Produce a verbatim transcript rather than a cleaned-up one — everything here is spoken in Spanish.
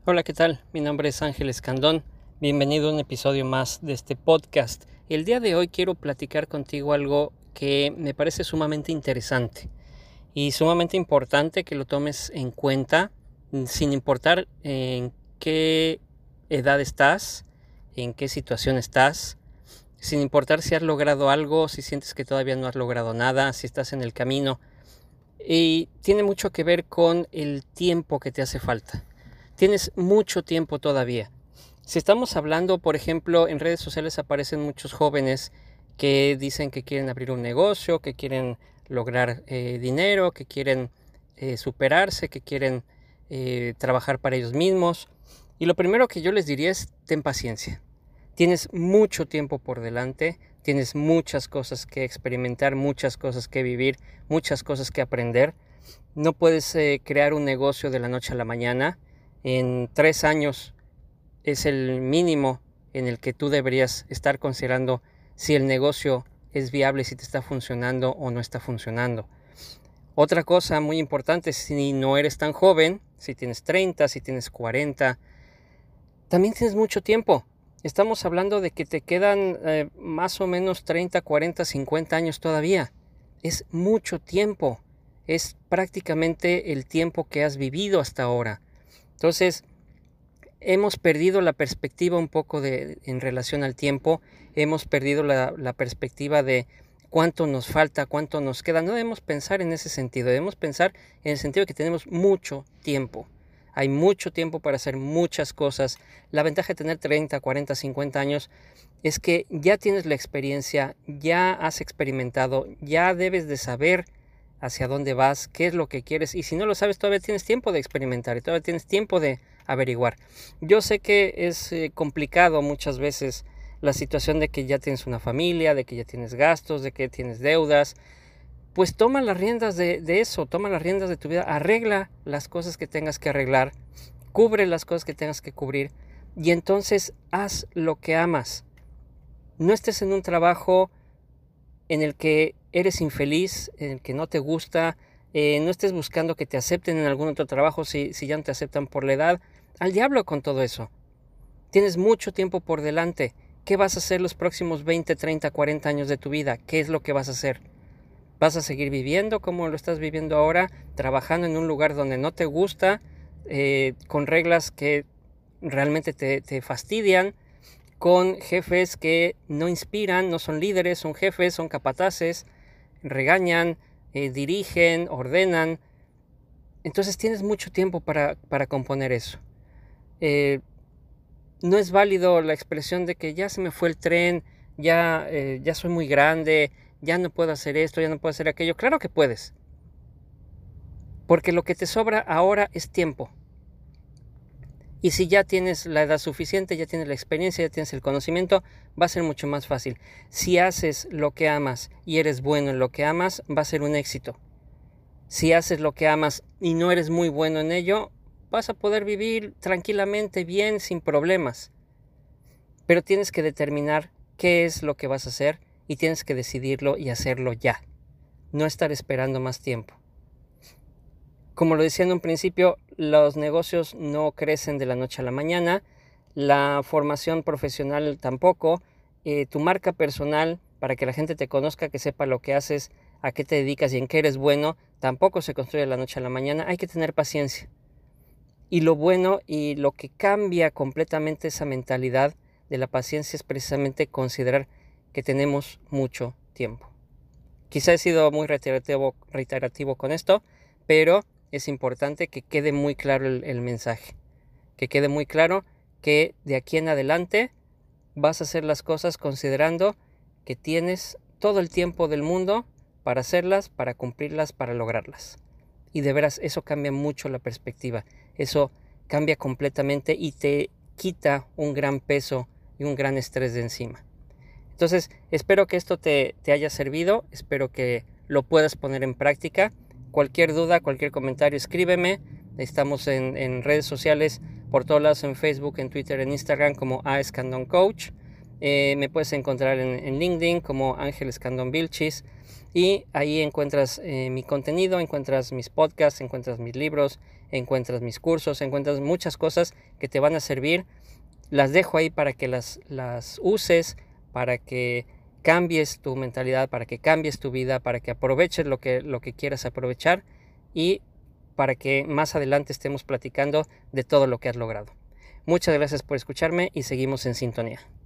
Hola, ¿qué tal? Mi nombre es Ángel Escandón. Bienvenido a un episodio más de este podcast. El día de hoy quiero platicar contigo algo que me parece sumamente interesante y sumamente importante que lo tomes en cuenta, sin importar en qué edad estás, en qué situación estás, sin importar si has logrado algo, si sientes que todavía no has logrado nada, si estás en el camino. Y tiene mucho que ver con el tiempo que te hace falta. Tienes mucho tiempo todavía. Si estamos hablando, por ejemplo, en redes sociales aparecen muchos jóvenes que dicen que quieren abrir un negocio, que quieren lograr eh, dinero, que quieren eh, superarse, que quieren eh, trabajar para ellos mismos. Y lo primero que yo les diría es, ten paciencia. Tienes mucho tiempo por delante, tienes muchas cosas que experimentar, muchas cosas que vivir, muchas cosas que aprender. No puedes eh, crear un negocio de la noche a la mañana. En tres años es el mínimo en el que tú deberías estar considerando si el negocio es viable, si te está funcionando o no está funcionando. Otra cosa muy importante, si no eres tan joven, si tienes treinta, si tienes cuarenta, también tienes mucho tiempo. Estamos hablando de que te quedan eh, más o menos treinta, cuarenta, cincuenta años todavía. Es mucho tiempo. Es prácticamente el tiempo que has vivido hasta ahora. Entonces, hemos perdido la perspectiva un poco de, en relación al tiempo. Hemos perdido la, la perspectiva de cuánto nos falta, cuánto nos queda. No debemos pensar en ese sentido. Debemos pensar en el sentido de que tenemos mucho tiempo. Hay mucho tiempo para hacer muchas cosas. La ventaja de tener treinta, cuarenta, cincuenta años es que ya tienes la experiencia, ya has experimentado, ya debes de saber hacia dónde vas, qué es lo que quieres. Y si no lo sabes, todavía tienes tiempo de experimentar y todavía tienes tiempo de averiguar. Yo sé que es eh, complicado muchas veces la situación de que ya tienes una familia, de que ya tienes gastos, de que tienes deudas. Pues toma las riendas de, de eso, toma las riendas de tu vida, arregla las cosas que tengas que arreglar, cubre las cosas que tengas que cubrir y entonces haz lo que amas. No estés en un trabajo en el que eres infeliz, en el que no te gusta, eh, no estés buscando que te acepten en algún otro trabajo si, si ya no te aceptan por la edad. Al diablo con todo eso. Tienes mucho tiempo por delante. ¿Qué vas a hacer los próximos veinte, treinta, cuarenta años de tu vida? ¿Qué es lo que vas a hacer? ¿Vas a seguir viviendo como lo estás viviendo ahora, trabajando en un lugar donde no te gusta, eh, con reglas que realmente te, te fastidian, con jefes que no inspiran, no son líderes, son jefes, son capataces, regañan, eh, dirigen, ordenan? Entonces tienes mucho tiempo para, para componer eso. Eh, no es válido la expresión de que ya se me fue el tren, ya, eh, ya soy muy grande, ya no puedo hacer esto, ya no puedo hacer aquello. Claro que puedes, porque lo que te sobra ahora es tiempo. Y si ya tienes la edad suficiente, ya tienes la experiencia, ya tienes el conocimiento, va a ser mucho más fácil. Si haces lo que amas y eres bueno en lo que amas, va a ser un éxito. Si haces lo que amas y no eres muy bueno en ello, vas a poder vivir tranquilamente, bien, sin problemas. Pero tienes que determinar qué es lo que vas a hacer y tienes que decidirlo y hacerlo ya. No estar esperando más tiempo. Como lo decía en un principio, los negocios no crecen de la noche a la mañana, la formación profesional tampoco, eh, tu marca personal para que la gente te conozca, que sepa lo que haces, a qué te dedicas y en qué eres bueno, tampoco se construye de la noche a la mañana. Hay que tener paciencia. Y lo bueno y lo que cambia completamente esa mentalidad de la paciencia es precisamente considerar que tenemos mucho tiempo. Quizá he sido muy reiterativo, reiterativo con esto, pero es importante que quede muy claro el, el mensaje, que quede muy claro que de aquí en adelante vas a hacer las cosas considerando que tienes todo el tiempo del mundo para hacerlas, para cumplirlas, para lograrlas. Y de veras, eso cambia mucho la perspectiva, eso cambia completamente y te quita un gran peso y un gran estrés de encima. Entonces, espero que esto te, te haya servido, espero que lo puedas poner en práctica. Cualquier duda, cualquier comentario, escríbeme. Estamos en, en redes sociales por todos lados, en Facebook, en Twitter, en Instagram como A Escandón Coach. Eh, me puedes encontrar en, en LinkedIn como Ángel Escandón Vilchis. Y ahí encuentras eh, mi contenido, encuentras mis podcasts, encuentras mis libros, encuentras mis cursos, encuentras muchas cosas que te van a servir. Las dejo ahí para que las, las uses, para que cambies tu mentalidad, para que cambies tu vida, para que aproveches lo que, lo que quieras aprovechar y para que más adelante estemos platicando de todo lo que has logrado. Muchas gracias por escucharme y seguimos en sintonía.